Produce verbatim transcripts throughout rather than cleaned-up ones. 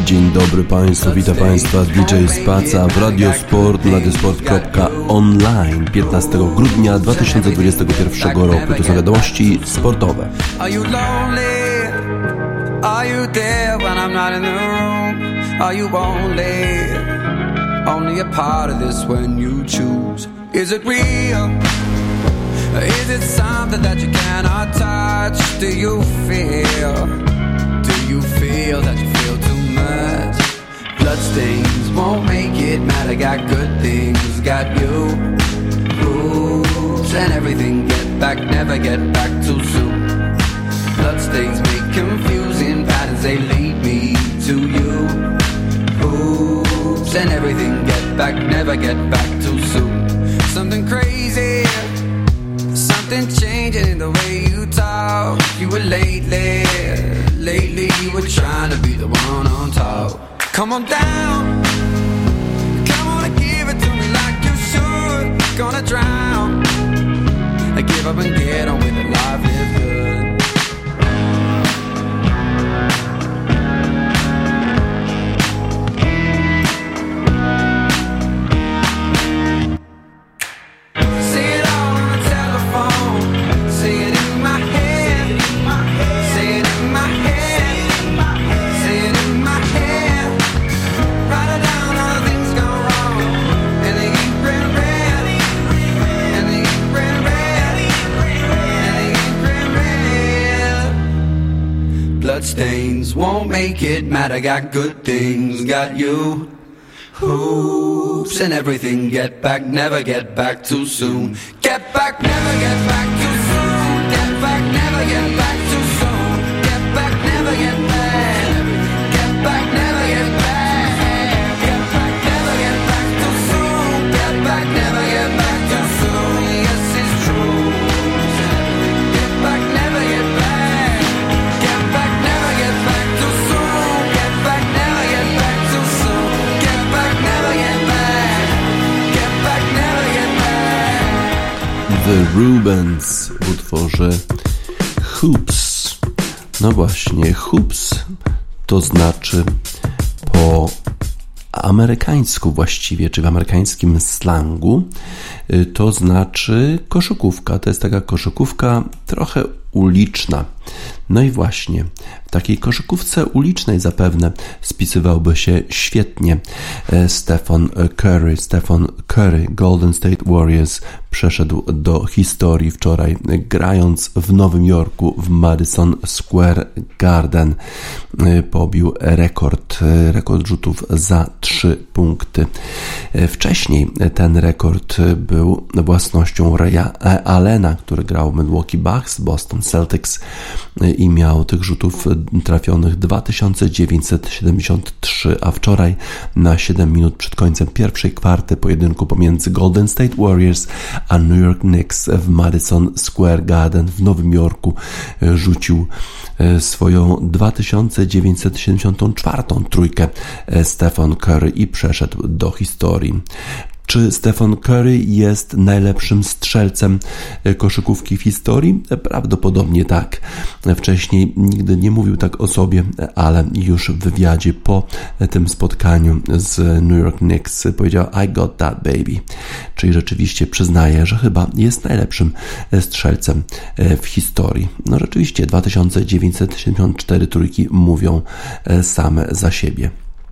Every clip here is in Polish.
Dzień dobry Państwu, witam Państwa D J Spaca w Radiosport na radiosport kropka online piętnastego grudnia dwa tysiące dwudziestego pierwszego roku. To są wiadomości sportowe. Are you lonely? Are you there when I'm not in the room? Are you only, only a part of this when you choose? Is it real? Is it something that you cannot touch? Do you feel, do you feel that you feel too much? Bloodstains won't make it matter, got good things, got you. Oops, and everything, get back, never get back too soon. Bloodstains make confusing patterns, they lead me to you. Oops, and everything, get back, never get back too soon. Something crazy, something changing in the way you talk. You were lately, lately you were trying to be the one on top. Come on down, come on and give it to me like you should. Gonna drown, I give up and get on with it, life is good. Bloodstains won't make it matter, got good things, got you. Hoops and everything, get back, never get back too soon. Get back, never get back too soon. Get back, never get back too soon. Get back, never get back. Get back, never get back. Get back, never get back too soon. Get back, never get back too soon. Yes, it's true. Get back, never get back. Get back, never get back too soon. Get back, never get back too soon. Get back, never get back. Get back, never get back. The Rubens w utworze Hoops. No właśnie, hoops to znaczy po amerykańsku właściwie, czy w amerykańskim slangu, to znaczy koszykówka. To jest taka koszykówka trochę uliczna. No i właśnie, w takiej koszykówce ulicznej zapewne spisywałby się świetnie Stephen Curry. Stephen Curry, Golden State Warriors, przeszedł do historii wczoraj, grając w Nowym Jorku w Madison Square Garden. Pobił rekord, rekord rzutów za trzy punkty. Wcześniej ten rekord był własnością Raya Allena, który grał w Milwaukee Bucks, Boston Celtics i miał tych rzutów trafionych dwa tysiące dziewięćset siedemdziesiąt trzy, a wczoraj na siedem minut przed końcem pierwszej kwarty pojedynku pomiędzy Golden State Warriors a New York Knicks w Madison Square Garden w Nowym Jorku rzucił swoją dwa tysiące dziewięćset siedemdziesiątą czwartą trójkę Stephen Curry i przeszedł do historii. Czy Stephen Curry jest najlepszym strzelcem koszykówki w historii? Prawdopodobnie tak. Wcześniej nigdy nie mówił tak o sobie, ale już w wywiadzie po tym spotkaniu z New York Knicks powiedział I got that baby. Czyli rzeczywiście przyznaje, że chyba jest najlepszym strzelcem w historii. No rzeczywiście dwa tysiące dziewięćset siedemdziesiąt cztery trójki mówią same za siebie.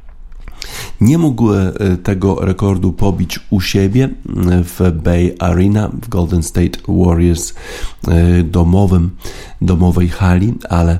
Nie mógł tego rekordu pobić u siebie w Bay Arena, w Golden State Warriors domowym, domowej hali, ale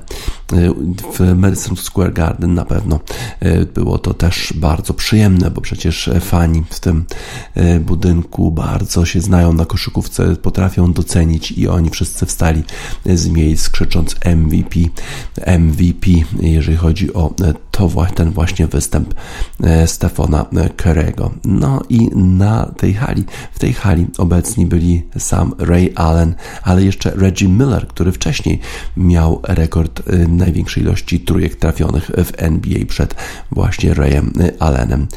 w Madison Square Garden na pewno było to też bardzo przyjemne, bo przecież fani w tym budynku bardzo się znają na koszykówce, potrafią docenić i oni wszyscy wstali z miejsc krzycząc M V P, M V P, jeżeli chodzi o to, ten właśnie występ Stephena Curry'ego. No i na tej hali, w tej hali obecni byli sam Ray Allen, ale jeszcze Reggie Miller, który wcześniej wcześniej miał rekord największej ilości trójek trafionych w N B A przed właśnie Rayem Allenem.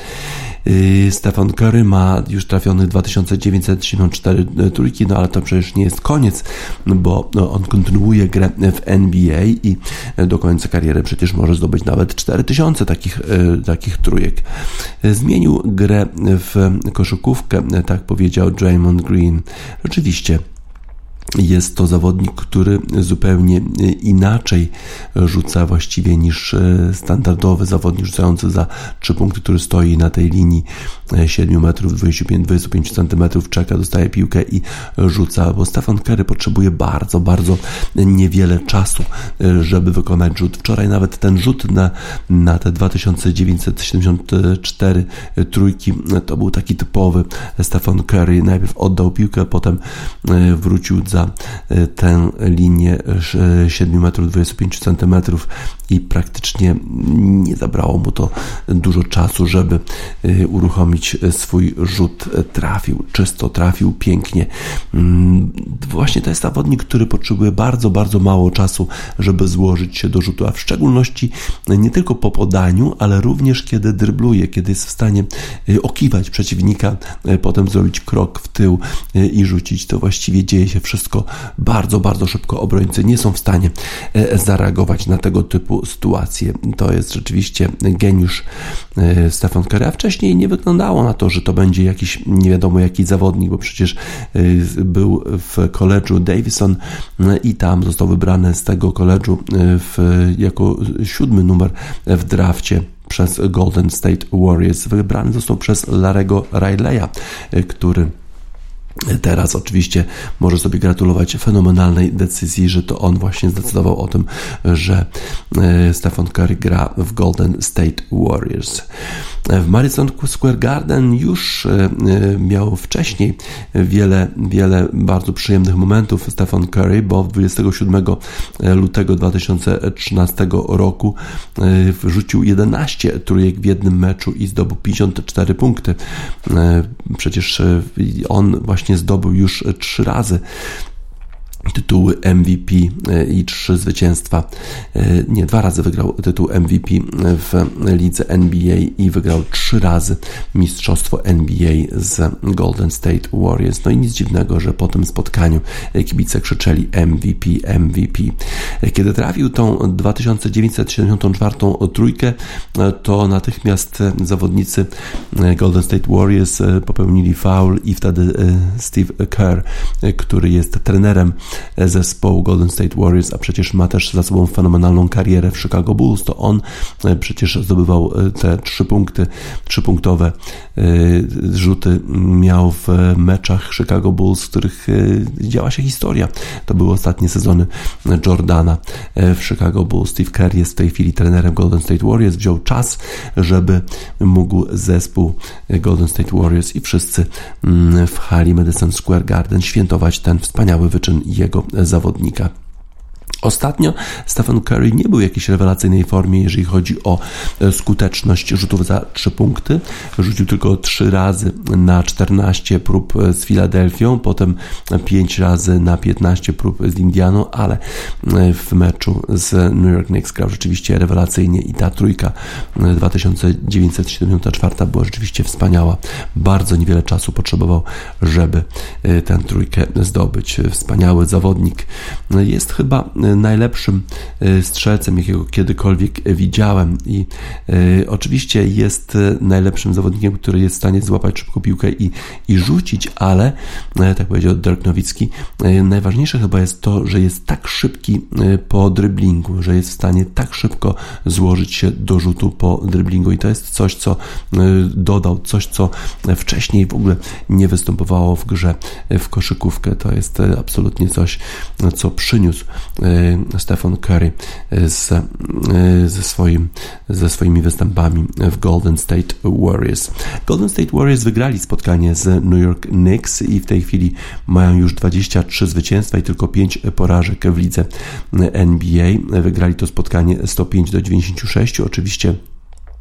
Stephen Curry ma już trafionych dwa tysiące dziewięćset siedemdziesiąt cztery trójki, no ale to przecież nie jest koniec, bo on kontynuuje grę w N B A i do końca kariery przecież może zdobyć nawet cztery tysiące takich, takich trójek. Zmienił grę w koszykówkę, tak powiedział Draymond Green. Rzeczywiście jest to zawodnik, który zupełnie inaczej rzuca właściwie niż standardowy zawodnik rzucający za trzy punkty, który stoi na tej linii siedem metrów dwadzieścia pięć centymetrów, czeka, dostaje piłkę i rzuca, bo Stephen Curry potrzebuje bardzo, bardzo niewiele czasu, żeby wykonać rzut. Wczoraj nawet ten rzut na, na te dwa tysiące dziewięćset siedemdziesiąt cztery trójki to był taki typowy Stephen Curry. Najpierw oddał piłkę, potem wrócił za tę linię siedem metrów dwadzieścia pięć centymetrów i praktycznie nie zabrało mu to dużo czasu, żeby uruchomić swój rzut. Trafił, czysto trafił, pięknie. Właśnie to jest zawodnik, który potrzebuje bardzo, bardzo mało czasu, żeby złożyć się do rzutu, a w szczególności nie tylko po podaniu, ale również kiedy drybluje, kiedy jest w stanie okiwać przeciwnika, potem zrobić krok w tył i rzucić. To właściwie dzieje się wszystko bardzo, bardzo szybko. Obrońcy nie są w stanie zareagować na tego typu sytuacje. To jest rzeczywiście geniusz Stephen Curry, a wcześniej nie wyglądało na to, że to będzie jakiś nie wiadomo jaki zawodnik, bo przecież był w college'u Davison i tam został wybrany z tego college'u w, jako siódmy numer w drafcie przez Golden State Warriors. Wybrany został przez Larry'ego Rileya, który teraz oczywiście może sobie gratulować fenomenalnej decyzji, że to on właśnie zdecydował o tym, że Stephen Curry gra w Golden State Warriors. W Madison Square Garden już miał wcześniej wiele, wiele bardzo przyjemnych momentów Stephen Curry, bo dwudziestego siódmego lutego dwa tysiące trzynastego roku wrzucił jedenaście trójek w jednym meczu i zdobył pięćdziesiąt cztery punkty. Przecież on właśnie zdobył już trzy razy tytuły M V P i trzy zwycięstwa. Nie, dwa razy wygrał tytuł M V P w lidze N B A i wygrał trzy razy mistrzostwo N B A z Golden State Warriors. No i nic dziwnego, że po tym spotkaniu kibice krzyczeli M V P, M V P. Kiedy trafił tą dwa tysiące dziewięćset siedemdziesiątą czwartą trójkę, to natychmiast zawodnicy Golden State Warriors popełnili faul i wtedy Steve Kerr, który jest trenerem zespołu Golden State Warriors, a przecież ma też za sobą fenomenalną karierę w Chicago Bulls, to on przecież zdobywał te trzy punkty, trzypunktowe rzuty miał w meczach Chicago Bulls, w których działa się historia. To były ostatnie sezony Jordana w Chicago Bulls. Steve Kerr jest w tej chwili trenerem Golden State Warriors. Wziął czas, żeby mógł zespół Golden State Warriors i wszyscy w hali Madison Square Garden świętować ten wspaniały wyczyn jego zawodnika. Ostatnio Stephen Curry nie był w jakiejś rewelacyjnej formie, jeżeli chodzi o skuteczność rzutów za trzy punkty. Rzucił tylko trzy razy na czternaście prób z Filadelfią, potem pięć razy na piętnaście prób z Indianą, ale w meczu z New York Knicks grał rzeczywiście rewelacyjnie i ta trójka dwa tysiące dziewięćset siedemdziesiąta czwarta była rzeczywiście wspaniała. Bardzo niewiele czasu potrzebował, żeby tę trójkę zdobyć. Wspaniały zawodnik. Jest chyba najlepszym strzelcem, jakiego kiedykolwiek widziałem i y, oczywiście jest najlepszym zawodnikiem, który jest w stanie złapać szybko piłkę i, i rzucić, ale y, tak powiedział Dirk Nowicki, y, najważniejsze chyba jest to, że jest tak szybki y, po dryblingu, że jest w stanie tak szybko złożyć się do rzutu po dryblingu i to jest coś, co y, dodał, coś, co wcześniej w ogóle nie występowało w grze w koszykówkę. To jest y, absolutnie coś, co przyniósł y, Stephen Curry z, ze, swoim, ze swoimi występami w Golden State Warriors. Golden State Warriors wygrali spotkanie z New York Knicks i w tej chwili mają już dwadzieścia trzy zwycięstwa i tylko pięć porażek w lidze N B A. Wygrali to spotkanie sto pięć do dziewięćdziesięciu sześciu. Oczywiście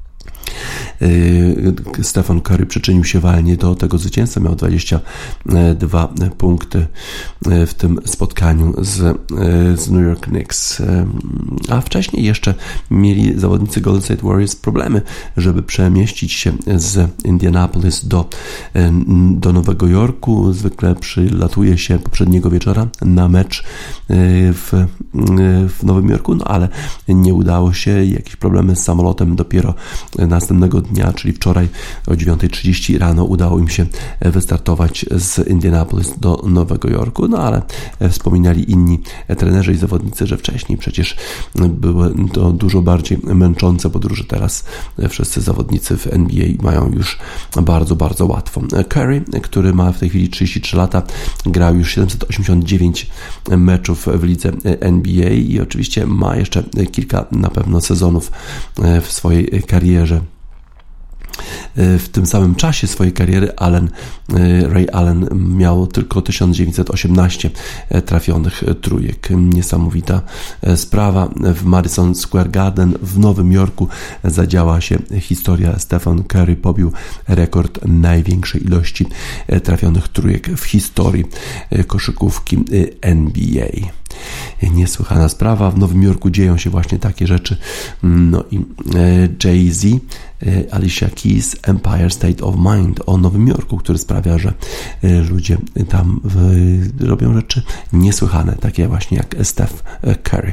Stephen Curry przyczynił się walnie do tego zwycięstwa, miał dwadzieścia dwa punkty w tym spotkaniu z, z New York Knicks, a wcześniej jeszcze mieli zawodnicy Golden State Warriors problemy, żeby przemieścić się z Indianapolis do, do Nowego Jorku. Zwykle przylatuje się poprzedniego wieczora na mecz w, w Nowym Jorku, no ale nie udało się, jakieś problemy z samolotem dopiero następnego dnia, czyli wczoraj o dziewiąta trzydzieści rano udało im się wystartować z Indianapolis do Nowego Jorku, no ale wspominali inni trenerzy i zawodnicy, że wcześniej przecież były to dużo bardziej męczące podróże. Teraz wszyscy zawodnicy w N B A mają już bardzo, bardzo łatwo. Curry, który ma w tej chwili trzydzieści trzy lata, grał już siedemset osiemdziesiąt dziewięć meczów w lidze N B A i oczywiście ma jeszcze kilka na pewno sezonów w swojej karierze. W tym samym czasie swojej kariery Allen, Ray Allen miał tylko tysiąc dziewięćset osiemnaście trafionych trójek. Niesamowita sprawa. W Madison Square Garden w Nowym Jorku zadziała się historia. Stephen Curry pobił rekord największej ilości trafionych trójek w historii koszykówki N B A. Niesłychana sprawa. W Nowym Jorku dzieją się właśnie takie rzeczy. No i Jay-Z, Alicia Keys, Empire State of Mind o Nowym Jorku, który sprawia, że ludzie tam robią rzeczy niesłychane, takie właśnie jak Steph Curry.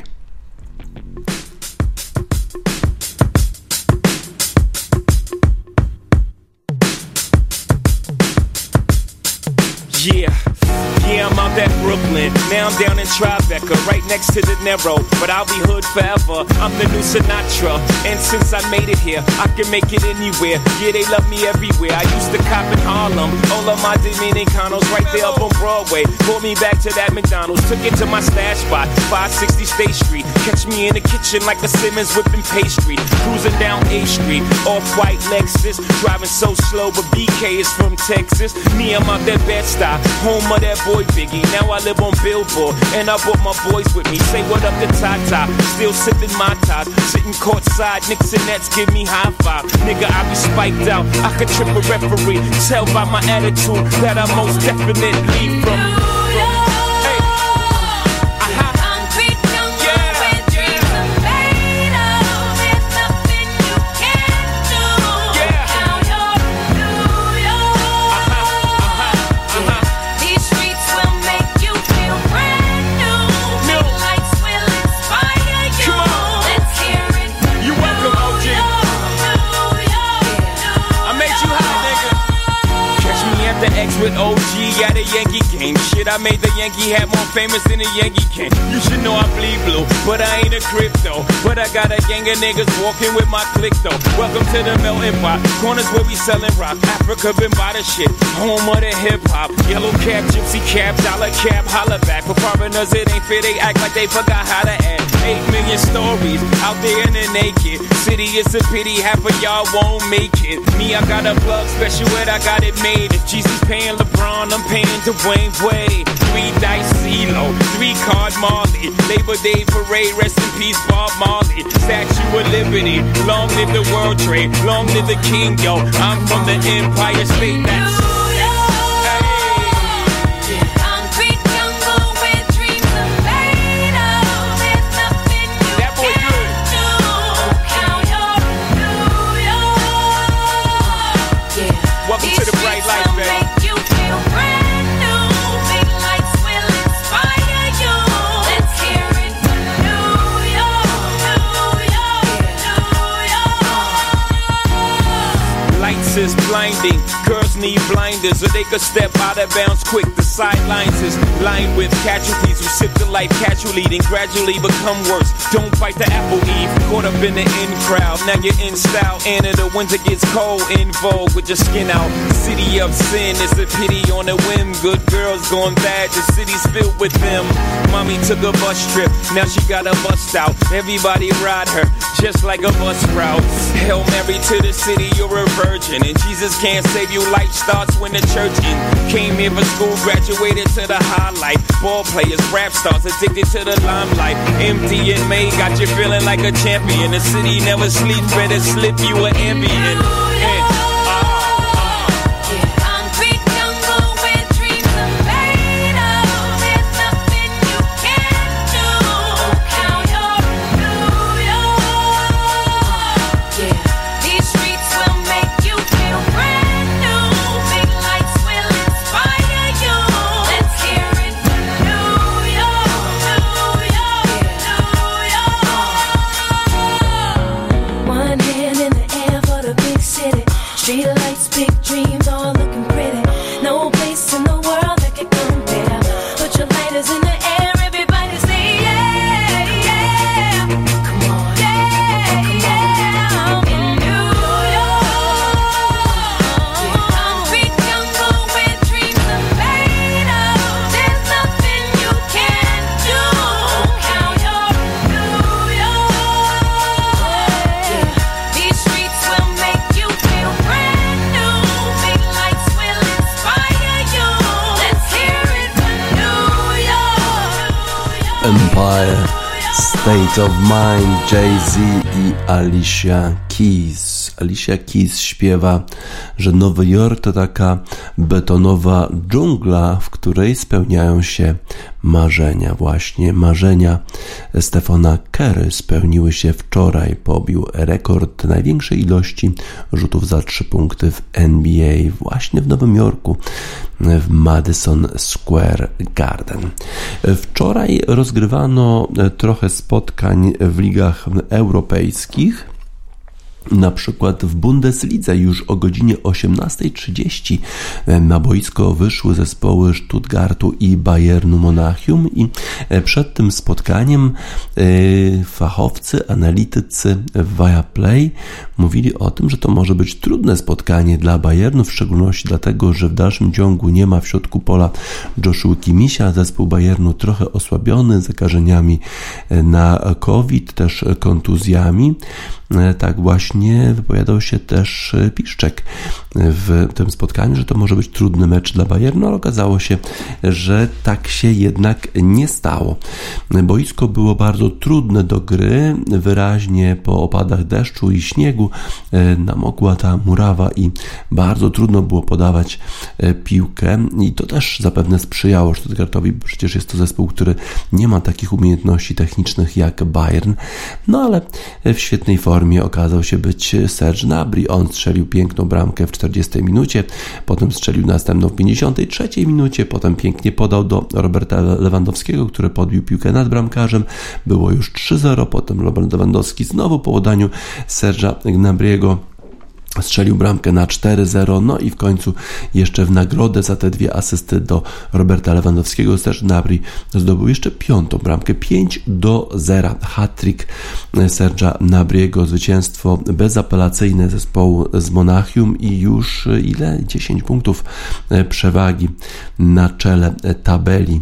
Yeah. Yeah, I'm out at Brooklyn. Now I'm down in Tribeca, right next to De Niro. But I'll be hood forever. I'm the new Sinatra. And since I made it here, I can make it anywhere. Yeah, they love me everywhere. I used to cop in Harlem. All of my Dominicanos right there up on Broadway. Pulled me back to that McDonald's. Took it to my stash spot, five sixty State Street. Catch me in the kitchen like a Simmons whipping pastry. Cruising down A Street, off-white Lexus. Driving so slow, but B K is from Texas. Me, I'm out that Bed-Stuy, home of that boy Biggie. Now I live on Billboard, and I brought my boys with me. Say what up to Tata, still sipping my ties. Sitting courtside, Knicks and Nets give me high five. Nigga, I be spiked out, I could trip a referee. Tell by my attitude that I most definitely from. With O G at a Yankee game. Shit, I made the Yankee hat more famous than a Yankee can. You should know I bleed blue, but I ain't a crypto. But I got a gang of niggas walking with my click though. Welcome to the melting pot. Corners where we selling rock. Africa been by the shit. Home of the hip hop. Yellow cap, gypsy cap, dollar cap, holla back. For foreigners it ain't fair, they act like they forgot how to act. Eight million stories out there in the naked city. It's a pity half of y'all won't make it. Me, I got a plug special ed, I got it made. If Jeezy's paying LeBron, I'm paying Dwayne Wade. Three dice CeeLo, three card Marley. Labor Day parade, rest in peace Bob Marley. Statue of Liberty, long live the World Trade, long live the King, yo. I'm from the Empire State. That's is blinding. Girls need blinders so they could step out of bounds quick. The sidelines is lined with casualties who sip the life casually, then gradually become worse. Don't bite the apple eve. Caught up in the in crowd. Now you're in style. And in the winter gets cold. In vogue with your skin out. City of sin. It's a pity on a whim. Good girls going bad. The city's filled with them. Mommy took a bus trip. Now she got a bust out. Everybody ride her just like a bus route. Hail Mary to the city. You're a virgin. And Jesus can't save you. Life starts when the church in. Came here for school, graduated to the highlight. Ball players, rap stars, addicted to the limelight. M D and May got you feeling like a champion. The city never sleeps, better slip you an ambient. And, Empire State of Mind, Jay-Z i Alicia Keys. Alicia Keys śpiewa, że Nowy Jork to taka betonowa dżungla, w której spełniają się marzenia. Właśnie marzenia Stephona Curry spełniły się wczoraj. Pobił rekord największej ilości rzutów za trzy punkty w N B A właśnie w Nowym Jorku, w Madison Square Garden. Wczoraj rozgrywano trochę spotkań w ligach europejskich. Na przykład w Bundeslidze już o godzinie osiemnasta trzydzieści na boisko wyszły zespoły Stuttgartu i Bayernu Monachium i przed tym spotkaniem fachowcy, analitycy w Viaplay mówili o tym, że to może być trudne spotkanie dla Bayernu, w szczególności dlatego, że w dalszym ciągu nie ma w środku pola Joshua Kimmisia. Zespół Bayernu trochę osłabiony zakażeniami na COVID, też kontuzjami. Tak właśnie wypowiadał się też Piszczek w tym spotkaniu, że to może być trudny mecz dla Bayernu, ale okazało się, że tak się jednak nie stało. Boisko było bardzo trudne do gry, wyraźnie po opadach deszczu i śniegu namokła ta murawa i bardzo trudno było podawać piłkę i to też zapewne sprzyjało Stuttgartowi, bo przecież jest to zespół, który nie ma takich umiejętności technicznych jak Bayern, no ale w świetnej formie okazał się być Serge Gnabry. On strzelił piękną bramkę w czterdziestej minucie, potem strzelił następną w pięćdziesiątej trzeciej minucie, potem pięknie podał do Roberta Lewandowskiego, który podbił piłkę nad bramkarzem. Było już trzy zero, potem Robert Lewandowski znowu po podaniu Serge'a Gnabry'ego strzelił bramkę na cztery zero, no i w końcu jeszcze w nagrodę za te dwie asysty do Roberta Lewandowskiego Serge Gnabry zdobył jeszcze piątą bramkę, pięć do zera. Hat-trick Serge'a Gnabry'ego, zwycięstwo bezapelacyjne zespołu z Monachium i już ile? dziesięć punktów przewagi na czele tabeli.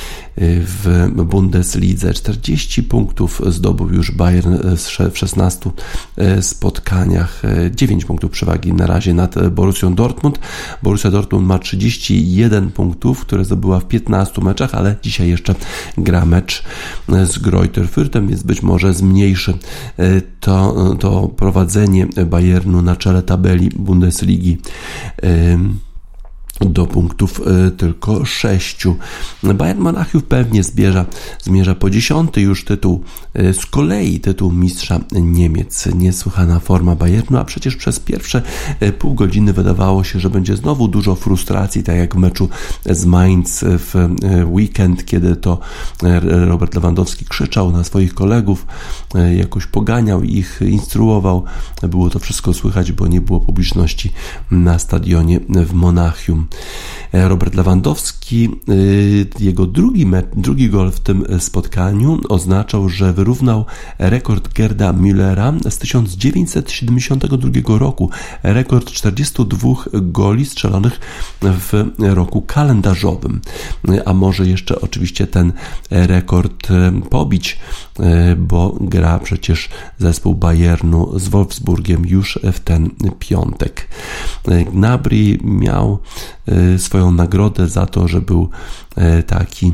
W Bundeslidze czterdzieści punktów zdobył już Bayern w szesnastu spotkaniach, dziewięć punktów przewagi na razie nad Borussią Dortmund. Borussia Dortmund ma trzydzieści jeden punktów, które zdobyła w piętnastu meczach, ale dzisiaj jeszcze gra mecz z Greuther Fürthem, więc być może zmniejszy to, to prowadzenie Bayernu na czele tabeli Bundesligi do punktów y, tylko sześciu. Bayern Monachium pewnie zbierza, zmierza po dziesiąty już tytuł, y, z kolei tytuł mistrza Niemiec. Niesłychana forma Bayernu, a przecież przez pierwsze y, pół godziny wydawało się, że będzie znowu dużo frustracji, tak jak w meczu z Mainz w y, weekend, kiedy to y, Robert Lewandowski krzyczał na swoich kolegów, y, jakoś poganiał ich, instruował. Było to wszystko słychać, bo nie było publiczności na stadionie w Monachium. Robert Lewandowski Bramkarski, jego drugi, mecz, drugi gol w tym spotkaniu oznaczał, że wyrównał rekord Gerda Müllera z tysiąc dziewięćset siedemdziesiątego drugiego roku. Rekord czterdziestu dwóch goli strzelonych w roku kalendarzowym. A może jeszcze oczywiście ten rekord pobić, bo gra przecież zespół Bayernu z Wolfsburgiem już w ten piątek. Gnabry miał swoją nagrodę za to, że był taki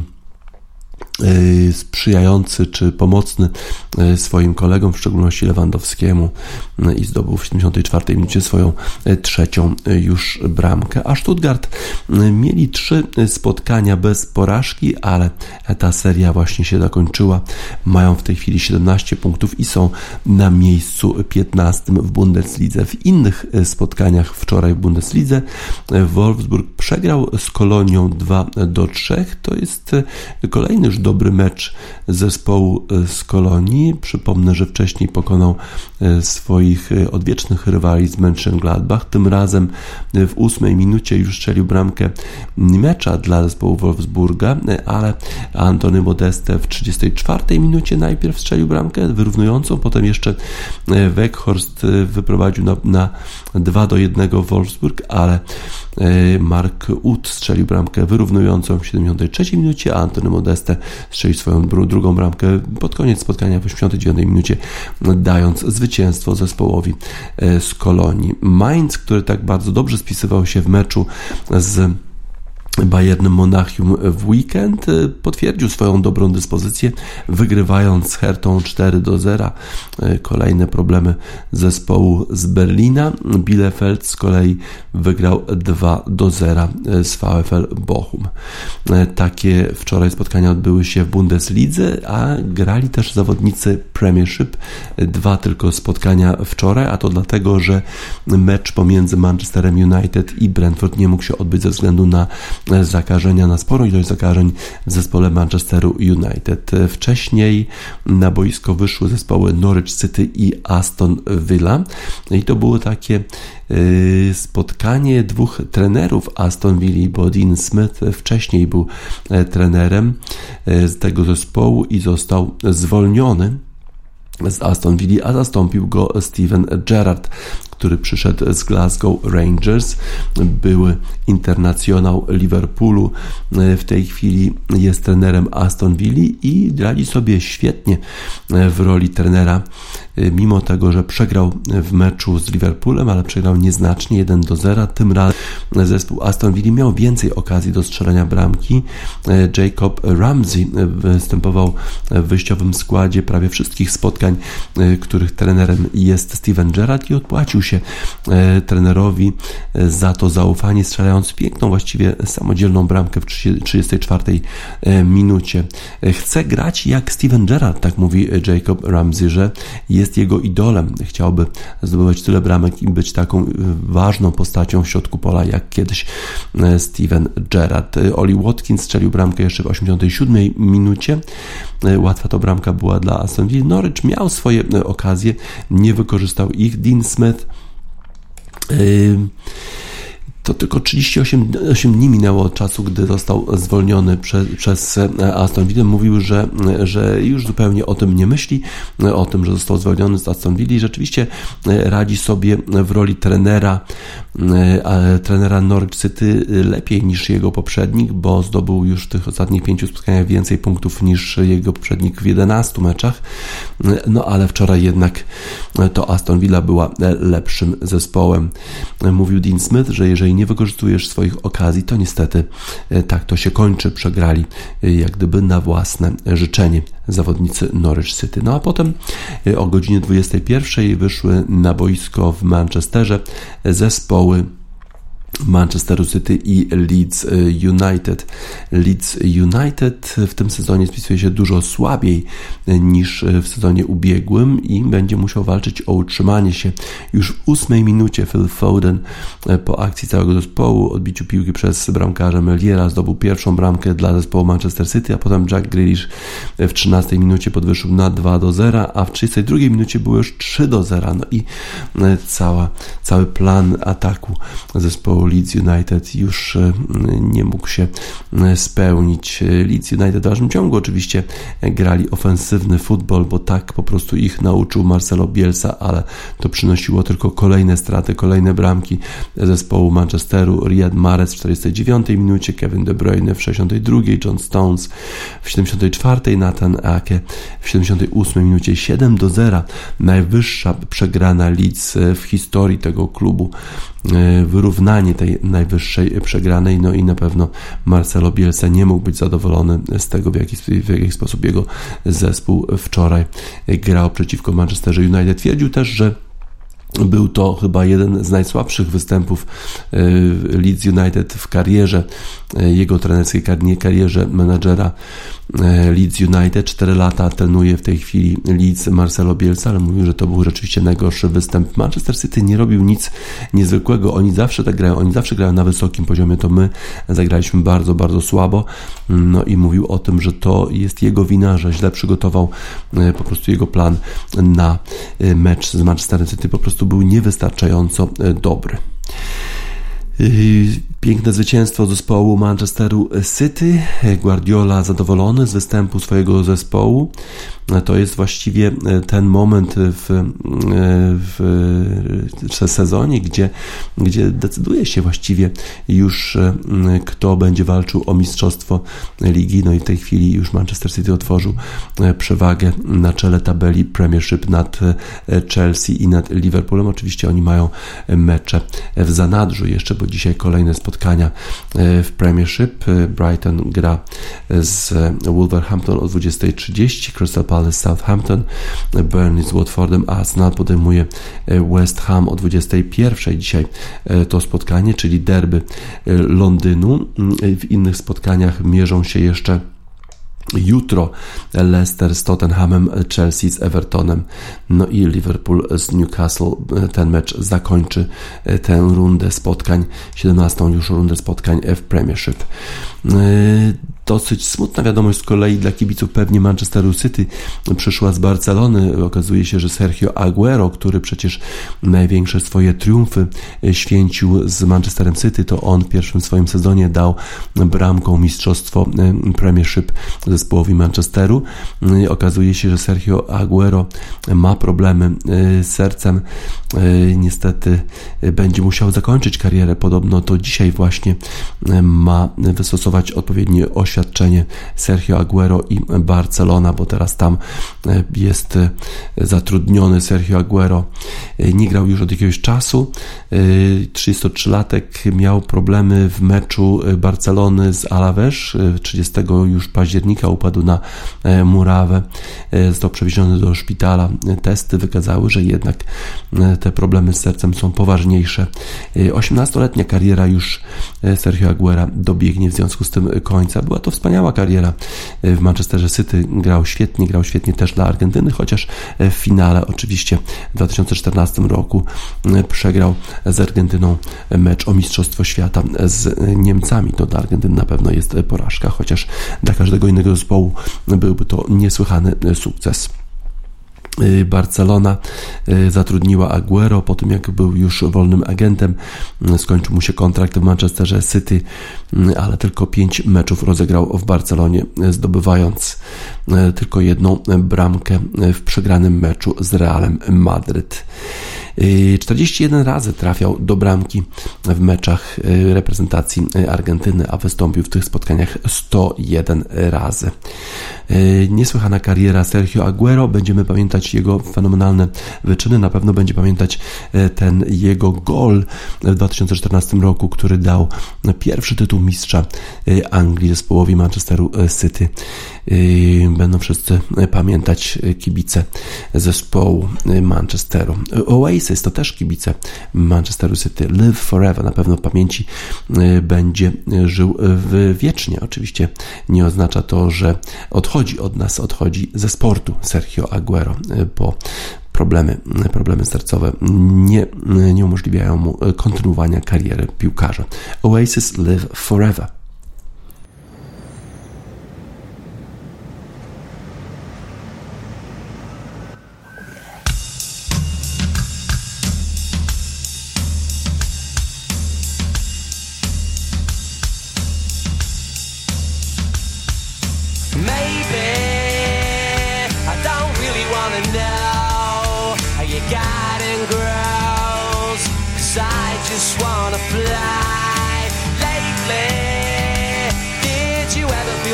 sprzyjający czy pomocny swoim kolegom, w szczególności Lewandowskiemu, i zdobył w siedemdziesiątej czwartej minucie swoją trzecią już bramkę. A Stuttgart mieli trzy spotkania bez porażki, ale ta seria właśnie się zakończyła. Mają w tej chwili siedemnaście punktów i są na miejscu piętnastym w Bundeslidze. W innych spotkaniach wczoraj w Bundeslidze Wolfsburg przegrał z Kolonią dwa do trzech. To jest kolejny już dobry mecz zespołu z Kolonii. Przypomnę, że wcześniej pokonał swoich odwiecznych rywali z Mönchengladbach. Tym razem w ósmej minucie już strzelił bramkę mecza dla zespołu Wolfsburga, ale Antony Modeste w trzydziestej czwartej minucie najpierw strzelił bramkę wyrównującą, potem jeszcze Weghorst wyprowadził na, na dwa do jednego Wolfsburg, ale Mark Uth strzelił bramkę wyrównującą w siedemdziesiątej trzeciej minucie, a Antony Modeste strzelił swoją drugą bramkę pod koniec spotkania w osiemdziesiątej dziewiątej minucie, dając zwycięstwo zespołowi z Kolonii. Mainz, który tak bardzo dobrze spisywał się w meczu z Bayernem Monachium w weekend, potwierdził swoją dobrą dyspozycję, wygrywając z Hertą cztery do zera. Kolejne problemy zespołu z Berlina. Bielefeld z kolei wygrał dwa do zera z VfL Bochum. Takie wczoraj spotkania odbyły się w Bundeslidze, a grali też zawodnicy Premiership. Dwa tylko spotkania wczoraj, a to dlatego, że mecz pomiędzy Manchesterem United i Brentford nie mógł się odbyć ze względu na zakażenia, na sporą ilość zakażeń w zespole Manchesteru United. Wcześniej na boisko wyszły zespoły Norwich City i Aston Villa i to było takie yy, spotkanie dwóch trenerów Aston Villa, bo Dean Smith wcześniej był e, trenerem e, z tego zespołu i został zwolniony z Aston Villa, a zastąpił go Steven Gerrard, który przyszedł z Glasgow Rangers, były internacjonał Liverpoolu, w tej chwili jest trenerem Aston Villa i radzi sobie świetnie w roli trenera, mimo tego, że przegrał w meczu z Liverpoolem, ale przegrał nieznacznie, jeden do zera. Tym razem zespół Aston Villa miał więcej okazji do strzelania bramki. Jacob Ramsey występował w wyjściowym składzie prawie wszystkich spotkań, których trenerem jest Steven Gerrard, i odpłacił się trenerowi za to zaufanie, strzelając piękną, właściwie samodzielną bramkę w trzydziestej czwartej minucie. Chce grać jak Steven Gerrard, tak mówi Jacob Ramsey, że jest jego idolem. Chciałby zdobywać tyle bramek i być taką ważną postacią w środku pola, jak kiedyś Steven Gerrard. Oli Watkins strzelił bramkę jeszcze w osiemdziesiątej siódmej minucie. Łatwa to bramka była dla Aston Villa. Norwich miał swoje okazje, nie wykorzystał ich. Dean Smith yy, to tylko trzydzieści osiem, osiem dni minęło od czasu, gdy został zwolniony przez, przez Aston Villa. Mówił, że, że już zupełnie o tym nie myśli, o tym, że został zwolniony z Aston Villa, i rzeczywiście radzi sobie w roli trenera, trenera Norwich City lepiej niż jego poprzednik, bo zdobył już w tych ostatnich pięciu spotkaniach więcej punktów niż jego poprzednik w jedenastu meczach. No ale wczoraj jednak to Aston Villa była lepszym zespołem. Mówił Dean Smith, że jeżeli nie wykorzystujesz swoich okazji, to niestety tak to się kończy. Przegrali jak gdyby na własne życzenie zawodnicy Norwich City. No a potem o godzinie dwudziestej pierwszej wyszły na boisko w Manchesterze zespoły Manchesteru City i Leeds United. Leeds United w tym sezonie spisuje się dużo słabiej niż w sezonie ubiegłym i będzie musiał walczyć o utrzymanie się. Już w ósmej minucie Phil Foden po akcji całego zespołu, odbiciu piłki przez bramkarza Meliera, zdobył pierwszą bramkę dla zespołu Manchester City, a potem Jack Grealish w trzynastej minucie podwyższył na dwa do zera, a w trzydziestej drugiej minucie było już trzy do zera. No i cała, cały plan ataku zespołu zespołu Leeds United już nie mógł się spełnić. Leeds United w dalszym ciągu oczywiście grali ofensywny futbol, bo tak po prostu ich nauczył Marcelo Bielsa, ale to przynosiło tylko kolejne straty, kolejne bramki zespołu Manchesteru. Riyad Mahrez w czterdziestej dziewiątej minucie, Kevin De Bruyne w sześćdziesiątej drugiej, John Stones w siedemdziesiątej czwartej, Nathan Ake w siedemdziesiątej ósmej minucie. siedem do zera, najwyższa przegrana Leeds w historii tego klubu, wyrównanie tej najwyższej przegranej, no i na pewno Marcelo Bielsa nie mógł być zadowolony z tego, w jaki, w jaki sposób jego zespół wczoraj grał przeciwko Manchesterze United. Twierdził też, że był to chyba jeden z najsłabszych występów Leeds United w karierze, jego trenerskiej karierze menadżera Leeds United. Cztery lata trenuje w tej chwili Leeds Marcelo Bielsa, ale mówił, że to był rzeczywiście najgorszy występ. Manchester City nie robił nic niezwykłego. Oni zawsze tak grają, oni zawsze grają na wysokim poziomie. To my zagraliśmy bardzo, bardzo słabo. No i mówił o tym, że to jest jego wina, że źle przygotował po prostu jego plan na mecz z Manchesterem City. Po prostu był niewystarczająco dobry. Piękne zwycięstwo zespołu Manchesteru City. Guardiola zadowolony z występu swojego zespołu. To jest właściwie ten moment w, w, w sezonie, gdzie, gdzie decyduje się właściwie już, kto będzie walczył o mistrzostwo ligi. No i w tej chwili już Manchester City otworzył przewagę na czele tabeli Premiership nad Chelsea i nad Liverpoolem. Oczywiście oni mają mecze w zanadrzu jeszcze, bo dzisiaj kolejne spotkania w Premiership. Brighton gra z Wolverhampton o dwudziestej trzydzieści, Crystal Palace z Southampton, Burnley z Watfordem, Arsenal podejmuje West Ham o dwudziestej pierwszej. Dzisiaj to spotkanie, czyli derby Londynu. W innych spotkaniach mierzą się jeszcze jutro Leicester z Tottenhamem, Chelsea z Evertonem, no i Liverpool z Newcastle. Ten mecz zakończy tę rundę spotkań, siedemnastą już rundę spotkań w Premiership. Dosyć smutna wiadomość z kolei dla kibiców pewnie Manchesteru City przyszła z Barcelony. Okazuje się, że Sergio Aguero, który przecież największe swoje triumfy święcił z Manchesterem City, to on w pierwszym swoim sezonie dał bramką mistrzostwo Premiership zespołowi Manchesteru. Okazuje się, że Sergio Aguero ma problemy z sercem. Niestety będzie musiał zakończyć karierę. Podobno to dzisiaj właśnie ma wystosować odpowiednie oświadczenie Sergio Aguero i Barcelona, bo teraz tam jest zatrudniony Sergio Aguero. Nie grał już od jakiegoś czasu. trzydziestotrzylatek miał problemy w meczu Barcelony z Alaves. trzydziestego już października upadł na murawę. Został przewieziony do szpitala. Testy wykazały, że jednak te problemy z sercem są poważniejsze. osiemnastoletnia kariera już Sergio Aguera dobiegnie w związku z tym końca. Była to wspaniała kariera w Manchesterze City. Grał świetnie, grał świetnie też dla Argentyny, chociaż w finale oczywiście w dwa tysiące czternastym roku przegrał z Argentyną mecz o Mistrzostwo Świata z Niemcami. To dla Argentyny na pewno jest porażka, chociaż dla każdego innego zespołu byłby to niesłychany sukces. Barcelona zatrudniła Aguero po tym, jak był już wolnym agentem. Skończył mu się kontrakt w Manchesterze City, ale tylko pięć meczów rozegrał w Barcelonie, zdobywając tylko jedną bramkę w przegranym meczu z Realem Madryt. czterdzieści jeden razy trafiał do bramki w meczach reprezentacji Argentyny, a wystąpił w tych spotkaniach sto jeden razy. Niesłychana kariera Sergio Aguero. Będziemy pamiętać jego fenomenalne wyczyny. Na pewno będzie pamiętać ten jego gol w dwa tysiące czternastym roku, który dał pierwszy tytuł mistrza Anglii zespołowi Manchesteru City. Będą wszyscy pamiętać kibice zespołu Manchesteru. Oasis to też kibice Manchesteru City. Live Forever na pewno w pamięci będzie żył wiecznie. Oczywiście nie oznacza to, że odchodzi od nas, odchodzi ze sportu Sergio Aguero, bo problemy, problemy sercowe nie, nie umożliwiają mu kontynuowania kariery piłkarza. Oasis Live Forever.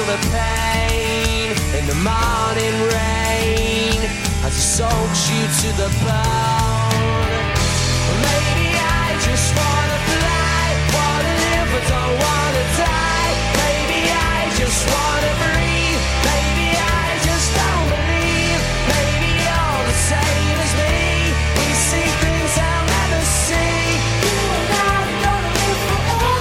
the pain in the morning rain as it soaks you to the bone. Maybe I just wanna fly, wanna live but don't wanna die. Maybe I just wanna breathe, maybe I just don't believe. Maybe you're the same as me, we see things I'll never see. You and I are gonna live forever.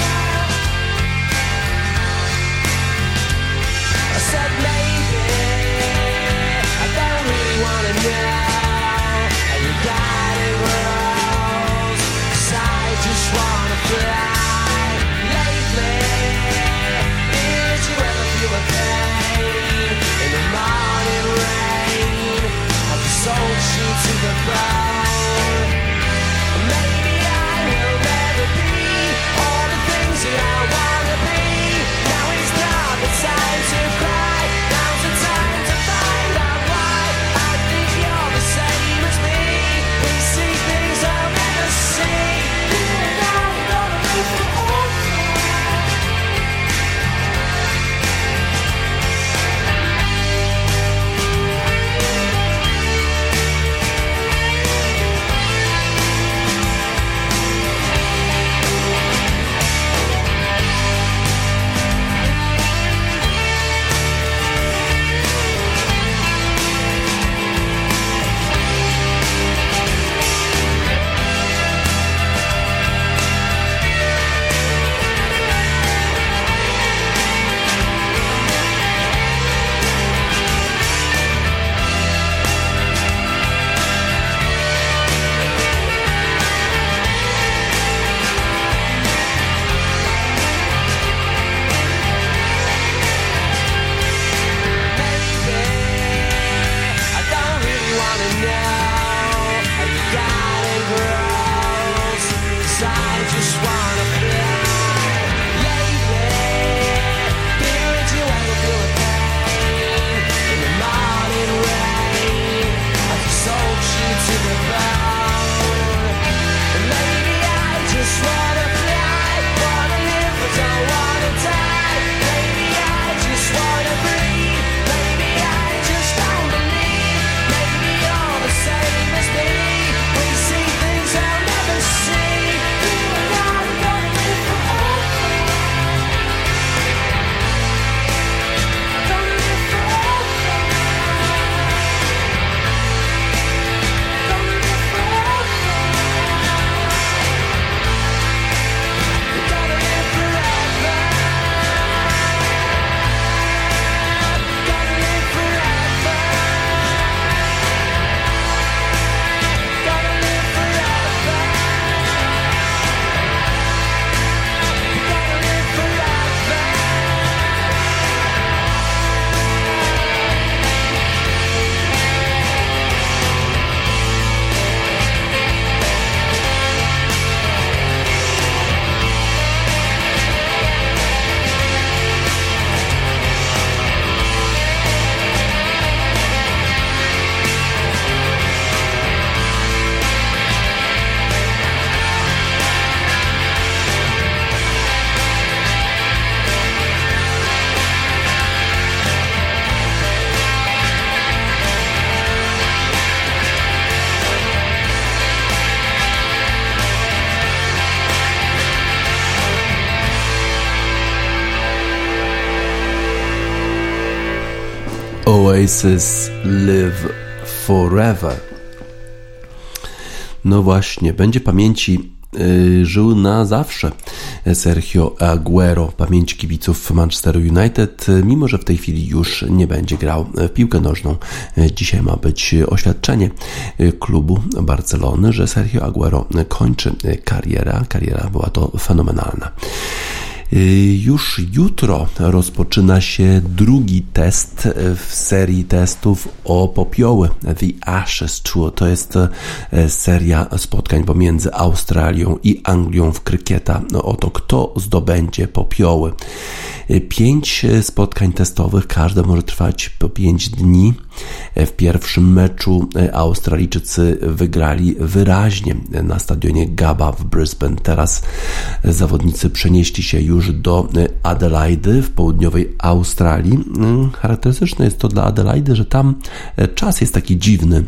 I said maybe I don't really wanna know how you got it rose, 'cause I just wanna fly. Lately, did you ever feel the pain in the morning rain as it soaks you to the bone? Maybe I will never be all the things that I wanna be. Now it's not the time to cry, now's the time to find out why. I think you're the same as me, we see things I'll never see. You and I are gonna live forever. I don't really wanna know how you got it grows, 'cause I just wanna fly. Lately, did you ever feel the pain in the morning rain as it soaks you to the bone? Maybe I just wanna fly, wanna live but don't wanna die. Maybe I just wanna breathe, maybe I just don't believe. Maybe you're the same as me, we see things I'll never see. You and I are gonna live forever. Gonna live forever. Gonna live forever. Gotta live forever. Gotta live forever. Gotta live forever. Gotta live forever. Oasis Live Forever. No właśnie, będzie pamięci yy, żył na zawsze Sergio Aguero, pamięć kibiców Manchesteru United, mimo że w tej chwili już nie będzie grał w piłkę nożną. Dzisiaj ma być oświadczenie klubu Barcelony, że Sergio Aguero kończy karierę. Kariera była to fenomenalna. Już jutro rozpoczyna się drugi test w serii testów o popioły, The Ashes Tour. To jest seria spotkań pomiędzy Australią i Anglią w krykieta o to, kto zdobędzie popioły. Pięć spotkań testowych, każde może trwać po pięć dni. W pierwszym meczu Australijczycy wygrali wyraźnie na stadionie Gabba w Brisbane. Teraz zawodnicy przenieśli się już do Adelaide w południowej Australii. Charakterystyczne jest to dla Adelaide, że tam czas jest taki dziwny,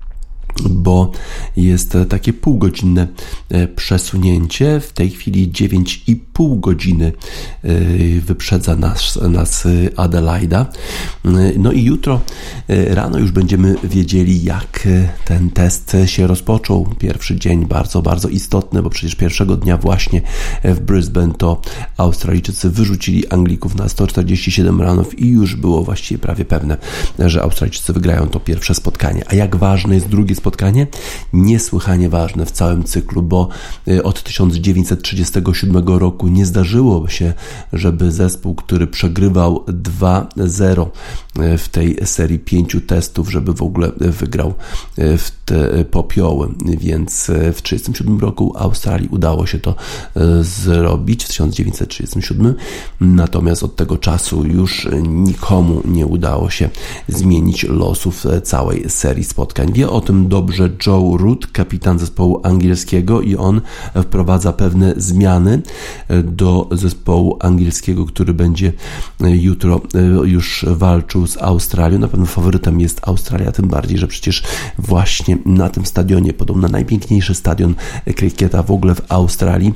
bo jest takie półgodzinne przesunięcie. W tej chwili dziewięć i pół godziny wyprzedza nas, nas Adelaida. No i jutro rano już będziemy wiedzieli, jak ten test się rozpoczął. Pierwszy dzień bardzo, bardzo istotny, bo przecież pierwszego dnia właśnie w Brisbane to Australijczycy wyrzucili Anglików na sto czterdzieści siedem ranów i już było właściwie prawie pewne, że Australijczycy wygrają to pierwsze spotkanie. A jak ważne jest drugie spotkanie? Niesłychanie ważne w całym cyklu, bo od tysiąc dziewięćset trzydziestego siódmego roku nie zdarzyło się, żeby zespół, który przegrywał dwa zero w tej serii pięciu testów, żeby w ogóle wygrał w te popioły, więc w trzydziestym siódmym roku Australii udało się to zrobić, w tysiąc dziewięćset trzydziestym siódmym, natomiast od tego czasu już nikomu nie udało się zmienić losów całej serii spotkań. Wie o tym dobrze Joe Root, kapitan zespołu angielskiego, i on wprowadza pewne zmiany do zespołu angielskiego, który będzie jutro już walczył z Australią. Na pewno faworytem jest Australia, tym bardziej, że przecież właśnie na tym stadionie, podobno najpiękniejszy stadion krykieta w ogóle w Australii,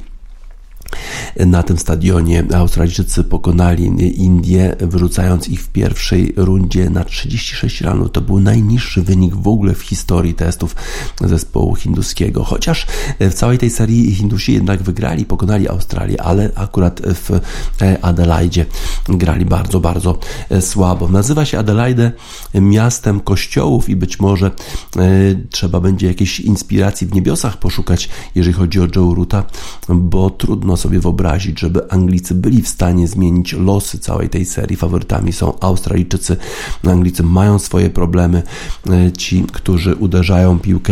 na tym stadionie Australijczycy pokonali Indię, wyrzucając ich w pierwszej rundzie na trzydzieści sześć ranów. To był najniższy wynik w ogóle w historii testów zespołu hinduskiego. Chociaż w całej tej serii Hindusi jednak wygrali, pokonali Australię, ale akurat w Adelaide grali bardzo, bardzo słabo. Nazywa się Adelaide miastem kościołów i być może trzeba będzie jakiejś inspiracji w niebiosach poszukać, jeżeli chodzi o Joe Roota, bo trudno sobie wyobrazić, żeby Anglicy byli w stanie zmienić losy całej tej serii. Faworytami są Australijczycy. Anglicy mają swoje problemy. Ci, którzy uderzają piłkę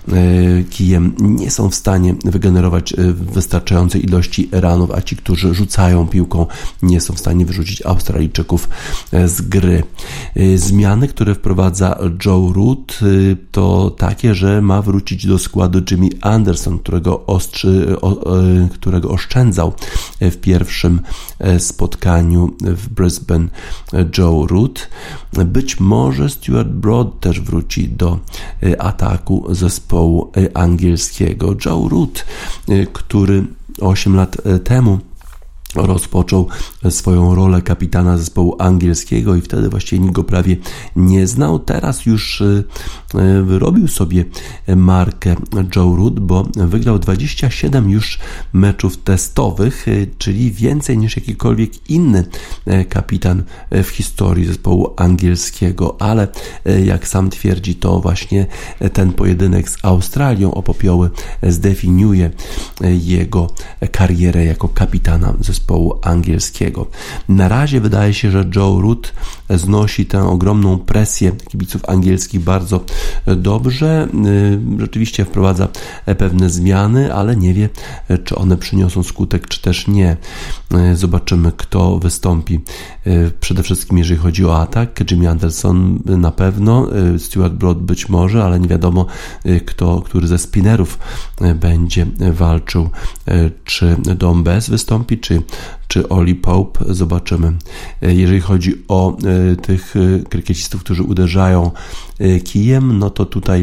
kijem, nie są w stanie wygenerować wystarczającej ilości ranów, a ci, którzy rzucają piłką, nie są w stanie wyrzucić Australijczyków z gry. Zmiany, które wprowadza Joe Root, to takie, że ma wrócić do składu Jimmy Anderson, którego, ostrzy, o, którego oszczędzał w pierwszym spotkaniu w Brisbane Joe Root. Być może Stuart Broad też wróci do ataku zespołu angielskiego. Joe Root, który osiem lat temu rozpoczął swoją rolę kapitana zespołu angielskiego i wtedy właściwie nikt go prawie nie znał. Teraz już wyrobił sobie markę Joe Root, bo wygrał dwadzieścia siedem już meczów testowych, czyli więcej niż jakikolwiek inny kapitan w historii zespołu angielskiego, ale jak sam twierdzi, to właśnie ten pojedynek z Australią o popioły zdefiniuje jego karierę jako kapitana zespołu angielskiego. Na razie wydaje się, że Joe Root znosi tę ogromną presję kibiców angielskich bardzo dobrze. Rzeczywiście wprowadza pewne zmiany, ale nie wie, czy one przyniosą skutek, czy też nie. Zobaczymy, kto wystąpi. Przede wszystkim jeżeli chodzi o atak, Jimmy Anderson na pewno, Stuart Broad być może, ale nie wiadomo, kto, który ze spinnerów będzie walczył, czy Dom Bess wystąpi, czy czy Ollie Pope, zobaczymy. Jeżeli chodzi o tych krykiecistów, którzy uderzają kijem, no to tutaj